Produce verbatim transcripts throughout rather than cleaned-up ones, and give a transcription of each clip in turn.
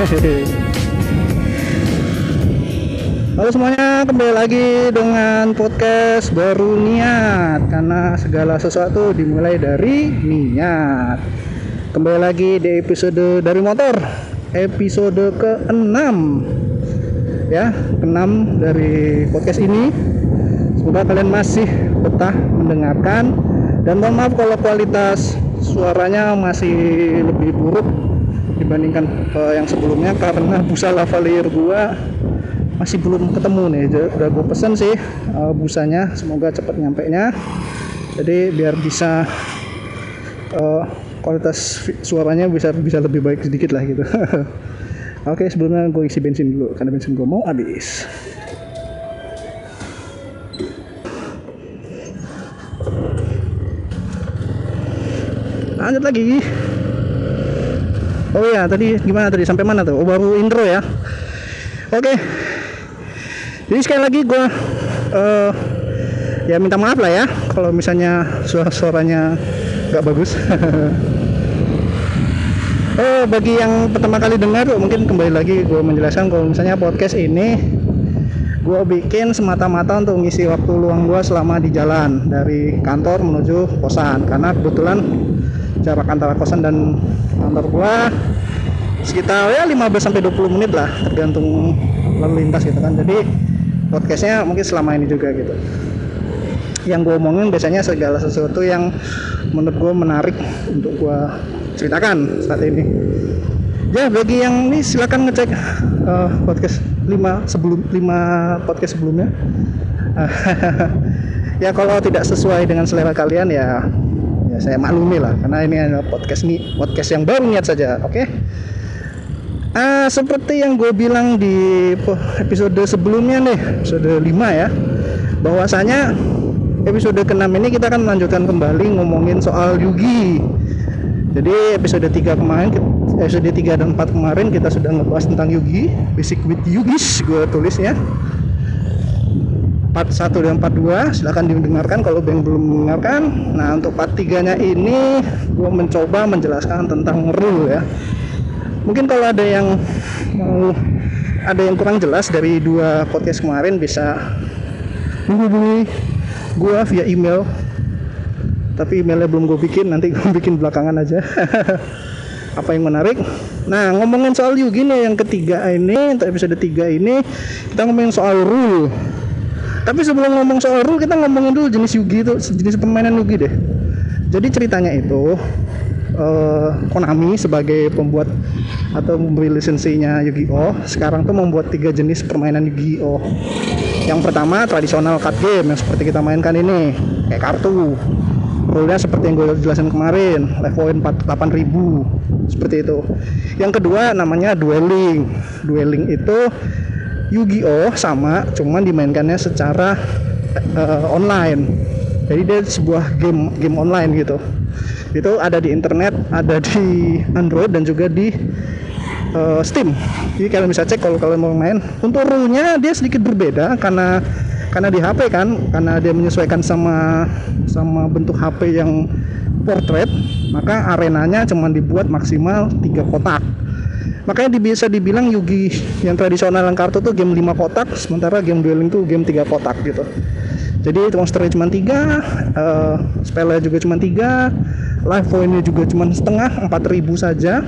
Halo semuanya, kembali lagi dengan podcast Baru Niat, karena segala sesuatu dimulai dari niat. Kembali lagi di episode dari motor, episode keenam ya, keenam dari podcast ini. Semoga kalian masih betah mendengarkan, dan mohon maaf kalau kualitas suaranya masih lebih buruk dibandingkan uh, yang sebelumnya, karena busa lavalier gua masih belum ketemu nih. Udah gue pesen sih uh, busanya, semoga cepat nyampe nya, jadi biar bisa uh, kualitas suaranya bisa bisa lebih baik sedikit lah gitu. Oke, sebelumnya gue isi bensin dulu karena bensin gue mau habis. Lanjut lagi. Oh ya, tadi gimana tadi, sampai mana tuh? Oh, baru intro ya. Oke, jadi sekali lagi gue uh, ya minta maaf lah ya kalau misalnya suara-suaranya nggak bagus. Oh, bagi yang pertama kali dengar, mungkin kembali lagi gue menjelaskan kalau misalnya podcast ini gue bikin semata-mata untuk ngisi waktu luang gue selama di jalan dari kantor menuju kosan, karena kebetulan jarak antara kosan dan kantor gue sekitar ya lima belas sampai dua puluh menit lah, tergantung lalu lintas gitu kan. Jadi podcastnya mungkin selama ini juga gitu, yang gue omongin biasanya segala sesuatu yang menurut gue menarik untuk gue ceritakan saat ini. Ya, bagi yang ini silakan ngecek uh, podcast lima sebelum lima podcast sebelumnya. Ya kalau tidak sesuai dengan selera kalian ya ya saya maklumi lah, karena ini adalah podcast nih podcast yang baru niat saja. Oke. Okay? Uh, seperti yang gue bilang di episode sebelumnya nih, episode lima ya, bahwasanya episode keenam ini kita akan melanjutkan kembali ngomongin soal Yugi. Jadi episode tiga kemarin, episode tiga dan empat kemarin kita sudah ngebahas tentang Yugi, Basic with Yugis, gue tulis ya. Part satu dan part dua silakan didengarkan kalau yang belum mendengarkan. Nah, untuk part tiga nya ini gue mencoba menjelaskan tentang rule ya. Mungkin kalau ada yang mau ada yang kurang jelas dari dua podcast kemarin, bisa menghubungi gue via email. Tapi emailnya belum gue bikin, nanti gue bikin belakangan aja. Apa yang menarik? Nah, ngomongin soal Yugi nih yang ketiga ini, untuk episode tiga ini kita ngomongin soal rule. Tapi sebelum ngomong soal rule, kita ngomongin dulu jenis Yugi itu, jenis permainan Yugi deh. Jadi ceritanya itu Uh, Konami sebagai pembuat atau memberi lisensinya Yu-Gi-Oh sekarang tuh membuat tiga jenis permainan Yu-Gi-Oh. Yang pertama tradisional card game yang seperti kita mainkan ini, kayak kartu. Rule-nya seperti yang gue jelasin kemarin, level delapan ribu seperti itu. Yang kedua namanya dueling. Dueling itu Yu-Gi-Oh sama, cuman dimainkannya secara uh, online. Jadi dia sebuah game game online gitu. Itu ada di internet, ada di Android dan juga di uh, Steam. Jadi kalian bisa cek kalau kalian mau main. Untuk rule-nya dia sedikit berbeda karena karena di H P kan, karena dia menyesuaikan sama sama bentuk H P yang portrait, maka arenanya cuma dibuat maksimal tiga kotak. Makanya bisa dibilang Yugi yang tradisional yang kartu tuh game lima kotak, sementara game dueling tuh game tiga kotak gitu. Jadi monsternya cuma tiga, uh, spellnya juga cuma tiga, life pointnya juga cuma setengah, empat ribu saja.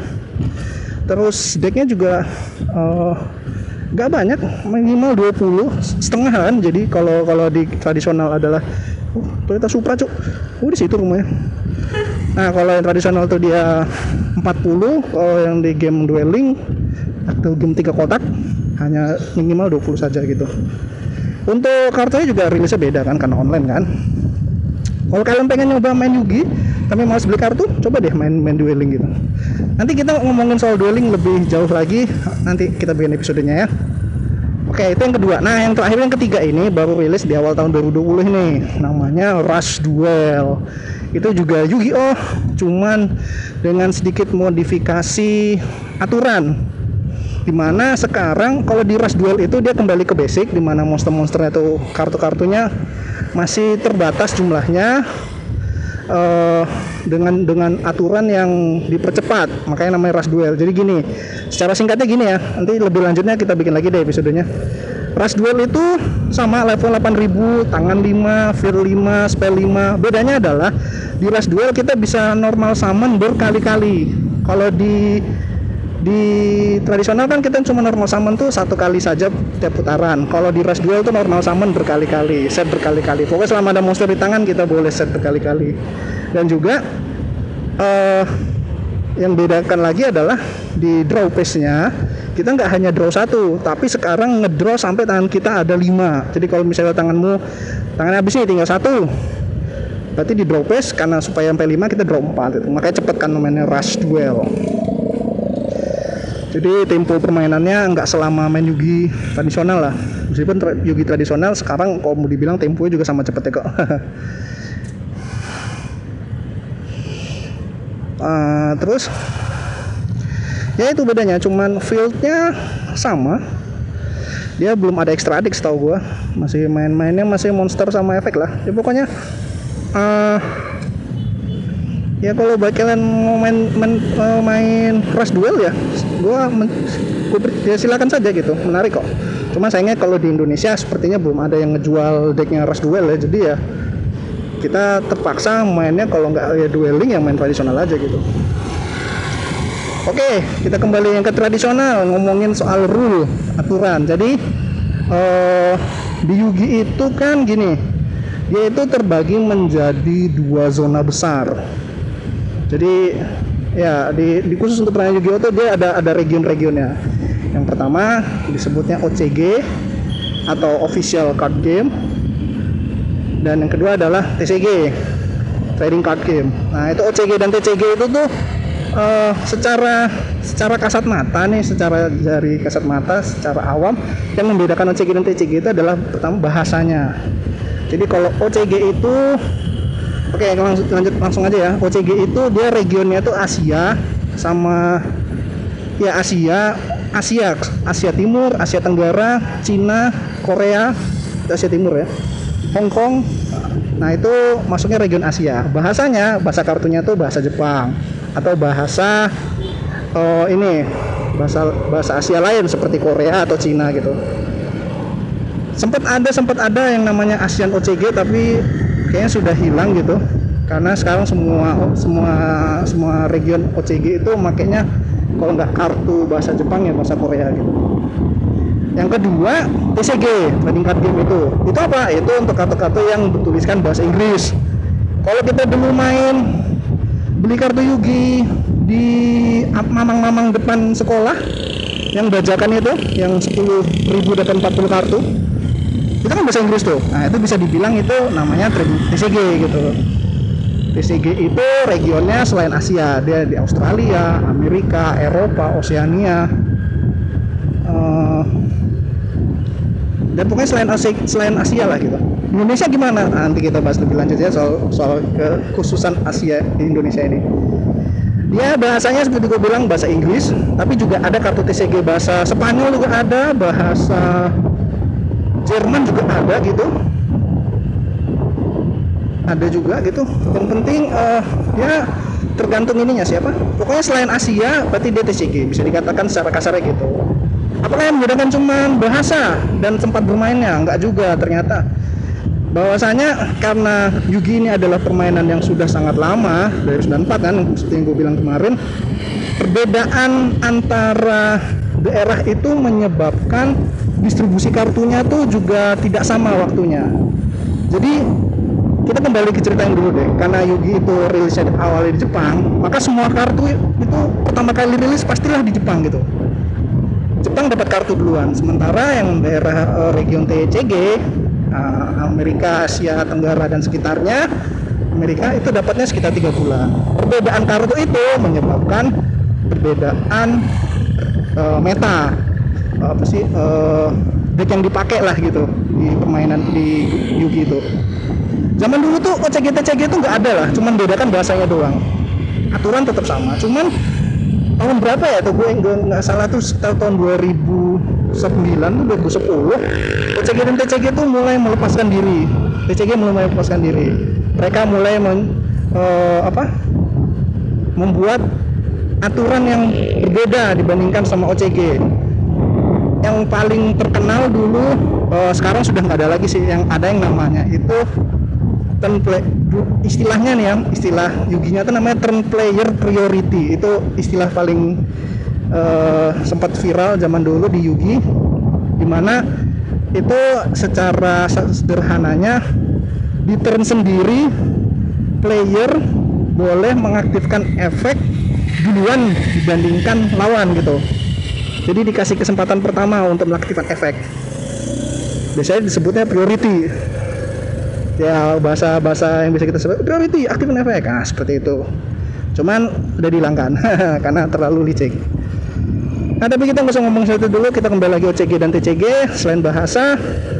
Terus decknya juga uh, gak banyak, minimal dua puluh, setengah kan. Jadi kalau kalau di tradisional adalah uh, Toyota Supra cuk, oh di situ rumahnya. Nah kalau yang tradisional tuh dia empat puluh, kalau yang di game dueling atau game tiga kotak hanya minimal dua puluh saja gitu. Untuk kartunya juga rilisnya beda kan, karena online kan. Kalau kalian pengen nyoba main Yugi tapi mau beli kartu, coba deh main main dueling gitu. Nanti kita ngomongin soal dueling lebih jauh lagi, nanti kita bikin episodenya ya. Oke, itu yang kedua. Nah, yang terakhir yang ketiga ini baru rilis di awal tahun dua ribu dua puluh nih. Namanya Rush Duel. Itu juga Yu-Gi-Oh, cuman dengan sedikit modifikasi aturan. Dimana sekarang kalau di Rush Duel itu dia kembali ke basic, dimana monster-monsternya itu kartu-kartunya masih terbatas jumlahnya. uh, dengan dengan aturan yang dipercepat, makanya namanya rush duel. Jadi gini, secara singkatnya gini ya, nanti lebih lanjutnya kita bikin lagi deh episodenya. Rush duel itu sama level delapan ribu, tangan lima, fear lima, spell lima. Bedanya adalah di rush duel kita bisa normal summon berkali-kali. Kalau di di tradisional kan kita cuma normal summon tuh satu kali saja tiap putaran. Kalau di rush duel tuh normal summon berkali-kali, set berkali-kali. Pokoknya selama ada monster di tangan kita boleh set berkali-kali. Dan juga uh, yang bedakan lagi adalah di draw pace-nya kita nggak hanya draw satu, tapi sekarang ngedraw sampai tangan kita ada lima. Jadi kalau misalnya tanganmu tangannya habis nih tinggal satu, berarti di draw pace karena supaya sampai lima kita draw empat itu. Makanya cepet kan namanya rush duel. Jadi tempo permainannya nggak selama main Yugi tradisional lah. Meskipun tra- Yugi tradisional sekarang kalau mau dibilang temponya juga sama cepetnya kok. uh, terus ya itu bedanya, cuman fieldnya sama. Dia belum ada extra adik setahu gua. Masih main-mainnya masih monster sama efek lah. Ya pokoknya uh, ya kalau buat kalian mau main main, uh, main rush duel ya, gua, men, gua ya silakan saja gitu, menarik kok. Cuma sayangnya kalau di Indonesia sepertinya belum ada yang ngejual decknya rush duel ya, jadi ya kita terpaksa mainnya kalau nggak ya dueling yang main tradisional aja gitu. Oke, kita kembali yang ke tradisional, ngomongin soal rule, aturan. Jadi uh, di Yugi itu kan gini, dia itu terbagi menjadi dua zona besar. Jadi ya di, di khusus untuk permainan Yu-Gi-Oh itu dia ada ada region-regionnya. Yang pertama disebutnya O C G atau Official Card Game, dan yang kedua adalah T C G, Trading Card Game. Nah itu O C G dan T C G itu tuh uh, secara secara kasat mata nih, secara dari kasat mata, secara awam yang membedakan O C G dan T C G itu adalah pertama bahasanya. Jadi kalau O C G itu oke, langsung lanjut langsung aja ya. O C G itu dia regionnya tuh Asia sama ya Asia, Asia, Asia Timur, Asia Tenggara, Cina, Korea, itu Asia Timur ya. Hong Kong. Nah, itu masuknya region Asia. Bahasanya, bahasa kartunya tuh bahasa Jepang atau bahasa oh ini, bahasa bahasa Asia lain seperti Korea atau Cina gitu. Sempat ada sempat ada yang namanya ASEAN O C G tapi kayaknya sudah hilang gitu, karena sekarang semua semua semua region O C G itu makanya kalau nggak kartu bahasa Jepang ya bahasa Korea gitu. Yang kedua T C G, Trading Card Game itu itu apa? Itu untuk kartu-kartu yang bertuliskan bahasa Inggris. Kalau kita dulu main beli kartu Yugi di mamang-mamang depan sekolah yang bajakan itu yang sepuluh ribu dapat empat puluh kartu, itu kan bahasa Inggris tuh. Nah itu bisa dibilang itu namanya T C G gitu. T C G itu regionnya selain Asia, dia di Australia, Amerika, Eropa, Oseania, uh, dan pokoknya selain Asia, selain Asia lah gitu. Indonesia gimana? Nah, nanti kita bahas lebih lanjut ya soal soal kekhususan Asia di Indonesia ini. Ya bahasanya seperti gue bilang bahasa Inggris, tapi juga ada kartu T C G bahasa Spanyol juga ada, bahasa Jerman juga ada gitu, ada juga gitu. Yang penting uh, ya tergantung ininya siapa. Pokoknya selain Asia berarti dia T C G, bisa dikatakan secara kasarnya gitu. Apakah yang membedakan cuman bahasa dan tempat bermainnya? Enggak juga ternyata. Bahwasanya karena Yugi ini adalah permainan yang sudah sangat lama dari sembilan puluh empat kan, seperti yang gue bilang kemarin, perbedaan antara daerah itu menyebabkan distribusi kartunya tuh juga tidak sama waktunya. Jadi kita kembali ke cerita yang dulu deh, karena Yugi itu rilisnya awalnya di Jepang, maka semua kartu itu pertama kali rilis pastilah di Jepang gitu. Jepang dapat kartu duluan, sementara yang daerah uh, region T C G, uh, Amerika, Asia Tenggara dan sekitarnya, Amerika itu dapatnya sekitar tiga bulan. Perbedaan kartu itu menyebabkan perbedaan uh, meta, uh, apa sih uh, deck yang dipakai lah gitu di permainan di Yugi itu. Zaman dulu tuh O C G T C G itu nggak ada lah, cuman bedakan bahasanya doang. Aturan tetap sama, cuman tahun berapa ya tuh gue nggak salah tuh sekitar tahun dua ribu sembilan tuh dua ribu sepuluh O C G dan T C G tuh mulai melepaskan diri. T C G mulai melepaskan diri. Mereka mulai men, uh, apa membuat aturan yang berbeda dibandingkan sama O C G. Yang paling terkenal dulu, uh, sekarang sudah nggak ada lagi sih, yang ada yang namanya itu turn play, istilahnya nih ya, istilah Yugi-nya itu namanya turn player priority. Itu istilah paling uh, sempat viral zaman dulu di Yugi, dimana itu secara sederhananya di turn sendiri player boleh mengaktifkan efek duluan dibandingkan lawan gitu. Jadi dikasih kesempatan pertama untuk mengaktifkan efek. Biasanya disebutnya priority. Ya bahasa-bahasa yang bisa kita sebut priority, aktifkan efek. Nah seperti itu. Cuman udah dihilangkan karena terlalu licik. Nah tapi kita nggak usah ngomong soal itu dulu. Kita kembali lagi O C G dan T C G. Selain bahasa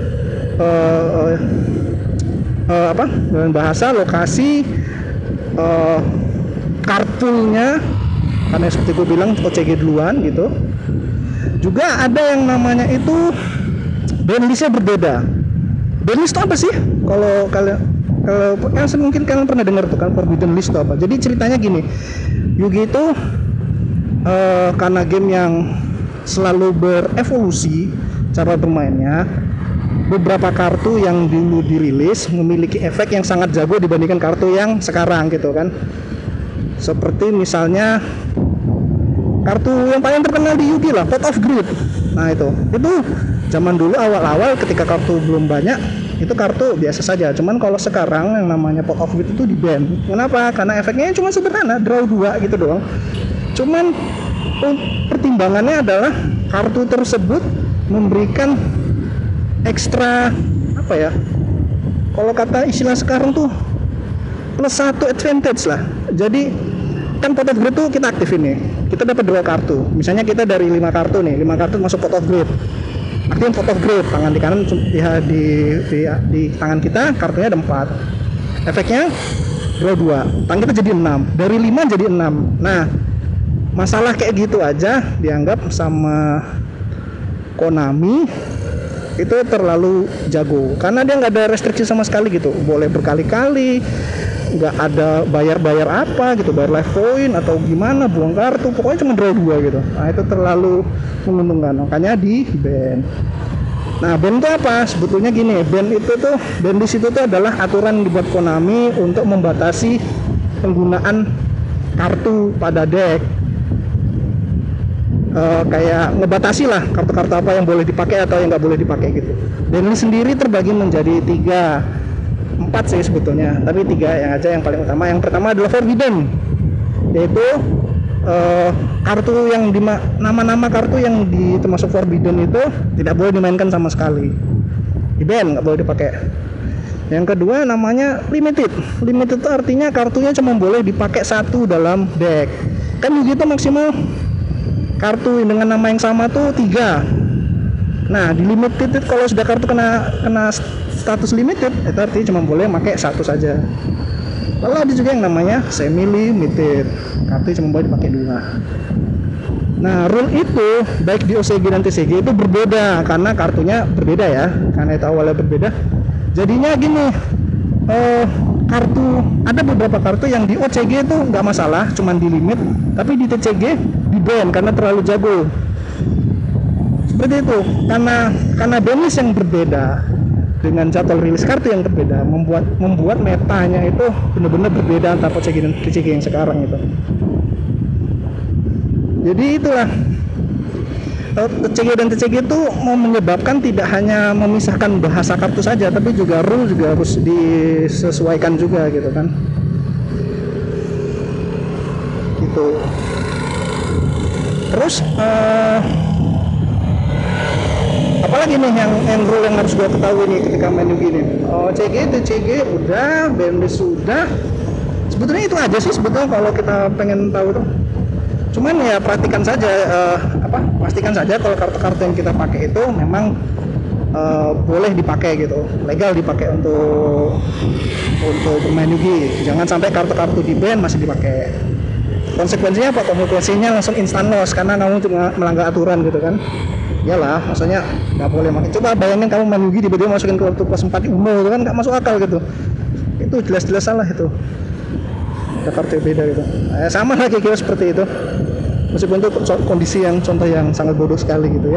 uh, uh, apa? Selain bahasa, lokasi, uh, kartunya, karena seperti gue bilang O C G duluan gitu. Juga ada yang namanya itu bandlistnya berbeda. Bandlist itu apa sih? Kalau kalian kalau yang mungkin kalian pernah dengar tuh kan forbidden list itu apa? Jadi ceritanya gini, Yugi itu uh, karena game yang selalu berevolusi cara bermainnya, beberapa kartu yang dulu dirilis memiliki efek yang sangat jago dibandingkan kartu yang sekarang gitu kan. Seperti misalnya kartu yang paling terkenal di Yugi lah, Pot of Greed. Nah itu, itu zaman dulu awal-awal ketika kartu belum banyak, itu kartu biasa saja. Cuman kalau sekarang yang namanya Pot of Greed itu di ban. Kenapa? Karena efeknya cuma sederhana, draw dua gitu doang. Cuman pertimbangannya adalah kartu tersebut memberikan ekstra apa ya? Kalau kata istilah sekarang tuh plus satu advantage lah. Jadi kan Pot of Greed tuh kita aktifin nih, kita dapat dua kartu. Misalnya kita dari lima kartu nih, lima kartu masuk Pot of Greed. Aktifin Pot of Greed, tangan di kanan ya, di, di di tangan kita kartunya ada empat. Efeknya draw dua, tangan kita jadi enam. Dari lima jadi enam. Nah, masalah kayak gitu aja dianggap sama Konami itu terlalu jago karena dia nggak ada restriksi sama sekali gitu, boleh berkali-kali, nggak ada bayar-bayar apa gitu, bayar life point atau gimana, buang kartu, pokoknya cuma draw dua gitu. Nah itu terlalu menguntungkan, makanya di ban. Nah ban itu apa? Sebetulnya gini, ban itu tuh, ban di situ tuh adalah aturan yang dibuat Konami untuk membatasi penggunaan kartu pada deck. Uh, kayak ngebatasi lah kartu-kartu apa yang boleh dipakai atau yang nggak boleh dipakai gitu. Dan ini sendiri terbagi menjadi tiga, empat sih sebetulnya, tapi tiga yang aja yang paling utama. Yang pertama adalah Forbidden, yaitu uh, kartu yang di nama-nama kartu yang di termasuk Forbidden itu tidak boleh dimainkan sama sekali, di ban, nggak boleh dipakai. Yang kedua namanya Limited. Limited itu artinya kartunya cuma boleh dipakai satu dalam deck. Kan begitu maksimal kartu dengan nama yang sama tuh tiga. Nah di limited itu kalau sudah kartu kena kena status limited, itu artinya cuma boleh pakai satu saja. Lalu ada juga yang namanya semi limited, kartu cuma boleh dipakai dua. Nah rule itu baik di O C G dan T C G itu berbeda karena kartunya berbeda ya, karena itu awalnya berbeda. Jadinya gini, uh, kartu ada beberapa kartu yang di O C G itu nggak masalah, cuman di limit, tapi di T C G di ban karena terlalu jago. Seperti itu, karena karena bonus yang berbeda dengan jadwal rilis kartu yang berbeda membuat membuat metanya itu benar-benar berbeda antara O C G dan T C G yang sekarang itu. Jadi itulah, T C G dan T C G itu mau menyebabkan tidak hanya memisahkan bahasa kartu saja, tapi juga rule juga harus disesuaikan juga gitu kan. Gitu. Terus uh, apalagi nih yang yang rule yang harus gua ketahui nih ketika main Yugi nih. O C G, T C G udah, bandlist sudah. Sebetulnya itu aja sih sebetulnya kalau kita pengen tahu tuh. Cuman ya perhatikan saja, uh, apa pastikan saja kalau kartu-kartu yang kita pakai itu memang uh, boleh dipakai gitu, legal dipakai untuk untuk bermain Yugi. Jangan sampai kartu-kartu di ban masih dipakai. Konsekuensinya apa? Konsekuensinya langsung instan loss karena kamu cuma melanggar aturan gitu kan. Iyalah, maksudnya nggak boleh pakai. Coba bayangin kamu main Yugi tiba-tiba masukin ke kartu plus empat Uno itu kan nggak masuk akal gitu. Itu jelas-jelas salah itu. ada kartu yang beda gitu. Eh, sama lah kira-kira seperti itu. Meskipun itu kondisi yang contoh yang sangat bodoh sekali gitu ya.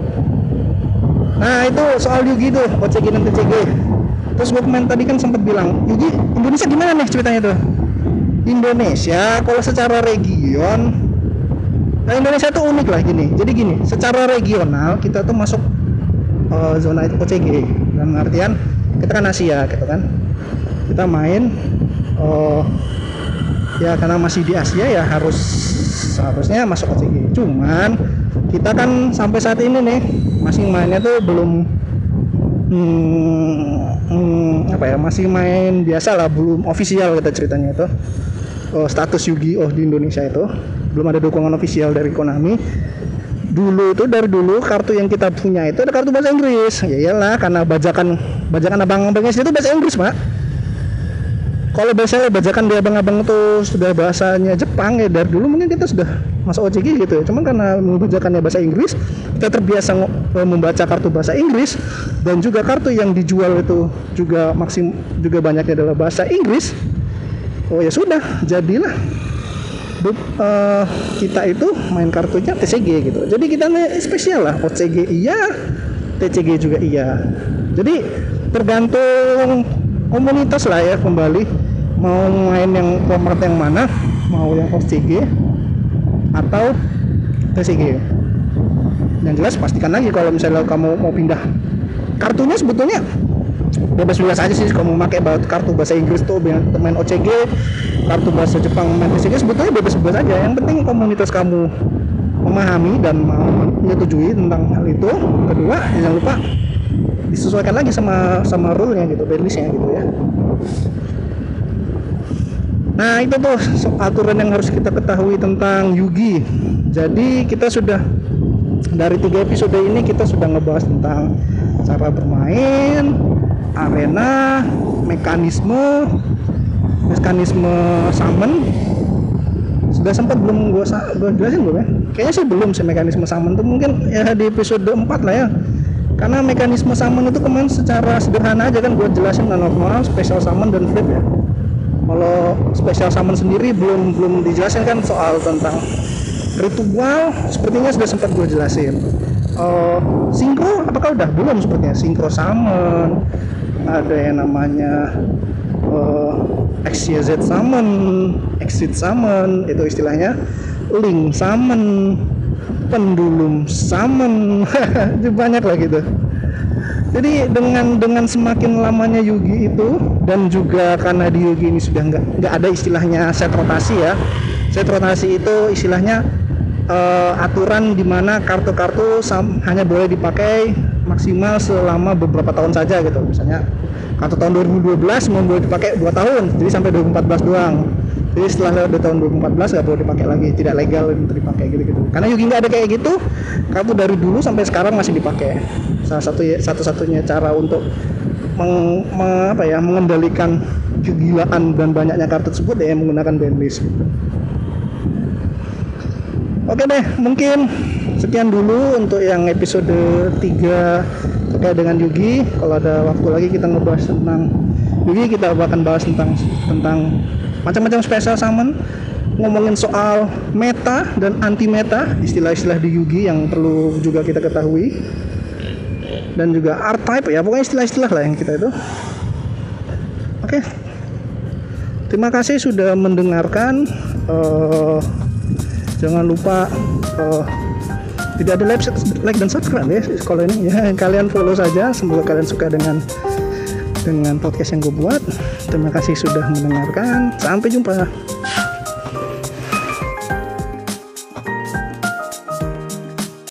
Nah itu soal Yugi tuh, O C G dan T C G. Terus gue kemarin tadi kan sempat bilang, Yugi Indonesia gimana nih ceritanya tuh? Indonesia kalau secara region, nah Indonesia tuh unik lah gini. Jadi gini, secara regional kita tuh masuk uh, zona itu O C G. Dalam artian kita kan Asia gitu kan. Kita main uh, ya karena masih di Asia ya harus seharusnya masuk O C G. Cuman kita kan sampai saat ini nih masih mainnya tuh belum hmm, hmm, apa ya masih main biasa lah, belum official kita ceritanya itu. Oh, status Yu-Gi-Oh di Indonesia itu belum ada dukungan official dari Konami. Dulu itu dari dulu kartu yang kita punya itu ada kartu bahasa Inggris. Ya iyalah karena bajakan bajakan abang-abangnya itu bahasa Inggris, Pak. Kalau biasanya bajakan di abang-abang itu sudah bahasanya Jepang ya dari dulu mungkin kita sudah masuk O C G gitu ya. Cuman karena bajakannya bahasa Inggris, kita terbiasa membaca kartu bahasa Inggris dan juga kartu yang dijual itu juga maksim juga banyaknya adalah bahasa Inggris. Oh ya sudah, jadilah uh, kita itu main kartunya T C G gitu. Jadi kita spesial lah, O C G iya, T C G juga iya. Jadi tergantung komunitas lah ya kembali mau main yang format yang mana, mau yang O C G atau T C G. Yang jelas pastikan lagi kalau misalnya kamu mau pindah kartunya sebetulnya bebas-bebas aja sih. Kamu pakai kartu bahasa Inggris tuh main O C G, kartu bahasa Jepang main T C G, sebetulnya bebas-bebas aja. Yang penting komunitas kamu memahami dan mau menyetujui tentang hal itu. Kedua, jangan lupa disesuaikan lagi sama sama rule-nya gitu, bandlistnya gitu ya. Nah itu tuh aturan yang harus kita ketahui tentang Yu-Gi. Jadi kita sudah dari tiga episode ini kita sudah ngebahas tentang cara bermain, arena, mekanisme, mekanisme summon. Sudah sempat belum gue jelasin belum ya? Kayaknya sih belum sih mekanisme summon tuh, mungkin ya di episode empat lah ya. Karena mekanisme summon itu kemarin secara sederhana aja kan gue jelasin normal, special summon dan flip ya. Kalau special summon sendiri belum belum dijelasin kan soal tentang ritual, sepertinya sudah sempat gue jelasin. Uh, sinkro apakah udah? Belum sepertinya. Sinkro summon, ada yang namanya uh, X Y Z summon, exit summon, itu istilahnya. Link summon, pendulum summon, banyak lah gitu. Jadi dengan dengan semakin lamanya Yu-Gi itu dan juga karena di Yu-Gi ini sudah nggak nggak ada istilahnya set rotasi ya. Set rotasi itu istilahnya uh, aturan di mana kartu-kartu sam- hanya boleh dipakai maksimal selama beberapa tahun saja gitu. Misalnya kartu tahun dua ribu dua belas mau boleh dipakai dua tahun, jadi sampai dua ribu empat belas doang. Jadi setelah lewat tahun dua ribu empat belas nggak boleh dipakai lagi, tidak legal untuk dipakai gitu-gitu. Karena Yu-Gi nggak ada kayak gitu, kartu dari dulu sampai sekarang masih dipakai. Salah satu satu-satunya cara untuk meng, meng, apa ya, mengendalikan kegilaan dan banyaknya kartu tersebut ya menggunakan bandlist. Gitu. Oke deh, mungkin sekian dulu untuk yang episode tiga terkait dengan Yu-Gi. Kalau ada waktu lagi kita ngebahas tentang Yu-Gi, kita akan bahas tentang tentang macam-macam special summon, ngomongin soal meta dan anti meta, istilah-istilah di Yu-Gi yang perlu juga kita ketahui, dan juga archetype ya, pokoknya istilah-istilah lah yang kita itu. Oke, terima kasih sudah mendengarkan. Uh, jangan lupa uh, tidak ada like, like dan subscribe ya kalau ini ya, kalian follow saja. Semoga kalian suka dengan dengan podcast yang gue buat. Terima kasih sudah mendengarkan. Sampai jumpa.